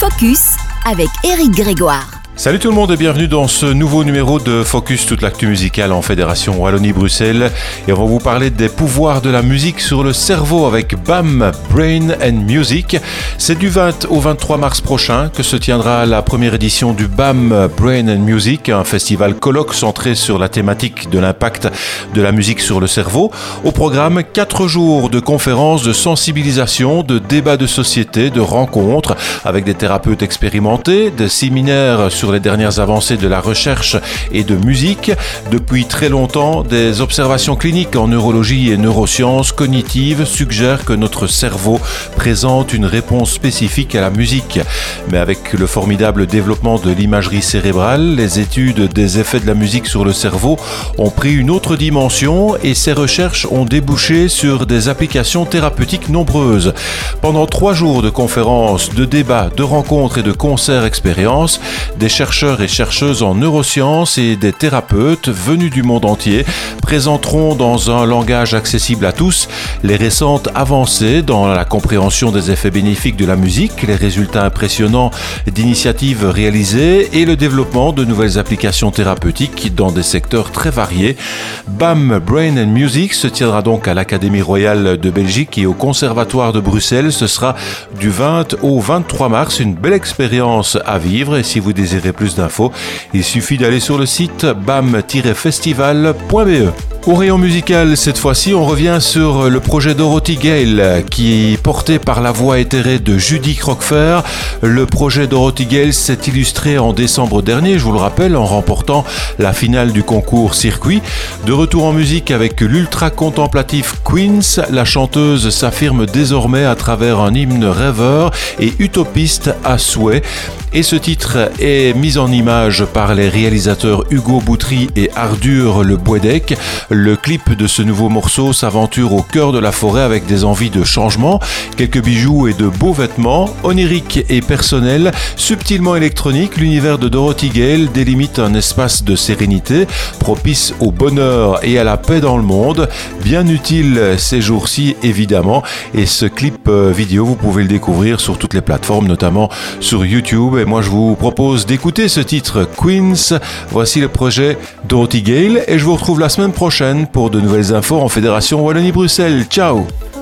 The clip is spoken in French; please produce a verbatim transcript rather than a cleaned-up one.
Focus avec Éric Grégoire. Salut tout le monde et bienvenue dans ce nouveau numéro de Focus, toute l'actu musicale en Fédération Wallonie-Bruxelles. Et on va vous parler des pouvoirs de la musique sur le cerveau avec B A M, Brain and Music. C'est du vingt au vingt-trois mars prochain que se tiendra la première édition du B A M, Brain and Music, un festival colloque centré sur la thématique de l'impact de la musique sur le cerveau. Au programme, quatre jours de conférences, de sensibilisation, de débats de société, de rencontres avec des thérapeutes expérimentés, des séminaires sur sur les dernières avancées de la recherche et de musique. Depuis très longtemps, des observations cliniques en neurologie et neurosciences cognitives suggèrent que notre cerveau présente une réponse spécifique à la musique. Mais avec le formidable développement de l'imagerie cérébrale, les études des effets de la musique sur le cerveau ont pris une autre dimension et ces recherches ont débouché sur des applications thérapeutiques nombreuses. Pendant trois jours de conférences, de débats, de rencontres et de concerts expériences, des chercheurs et chercheuses en neurosciences et des thérapeutes venus du monde entier présenteront dans un langage accessible à tous les récentes avancées dans la compréhension des effets bénéfiques de la musique, les résultats impressionnants d'initiatives réalisées et le développement de nouvelles applications thérapeutiques dans des secteurs très variés. B A M, Brain and Music se tiendra donc à l'Académie royale de Belgique et au Conservatoire de Bruxelles. Ce sera du vingt au vingt-trois mars, une belle expérience à vivre et si vous désirez plus d'infos, il suffit d'aller sur le site b a m tiret festival point b e. Au rayon musical, cette fois-ci, on revient sur le projet Dorothy Gale qui est porté par la voix éthérée de Judy Crockfer. Le projet Dorothy Gale s'est illustré en décembre dernier, je vous le rappelle, en remportant la finale du concours Circuit. De retour en musique avec l'ultra contemplatif Queens, la chanteuse s'affirme désormais à travers un hymne rêveur et utopiste à souhait. Et ce titre est mis en image par les réalisateurs Hugo Boutry et Ardur Le Boisdec. Le clip de ce nouveau morceau s'aventure au cœur de la forêt avec des envies de changement, quelques bijoux et de beaux vêtements, onirique et personnel, subtilement électronique. L'univers de Dorothy Gale délimite un espace de sérénité, propice au bonheur et à la paix dans le monde, bien utile ces jours-ci évidemment. Et ce clip vidéo, vous pouvez le découvrir sur toutes les plateformes, notamment sur YouTube. Et moi, je vous propose d'écouter ce titre Queens. Voici le projet Dorothy Gale et je vous retrouve la semaine prochaine pour de nouvelles infos en Fédération Wallonie-Bruxelles. Ciao!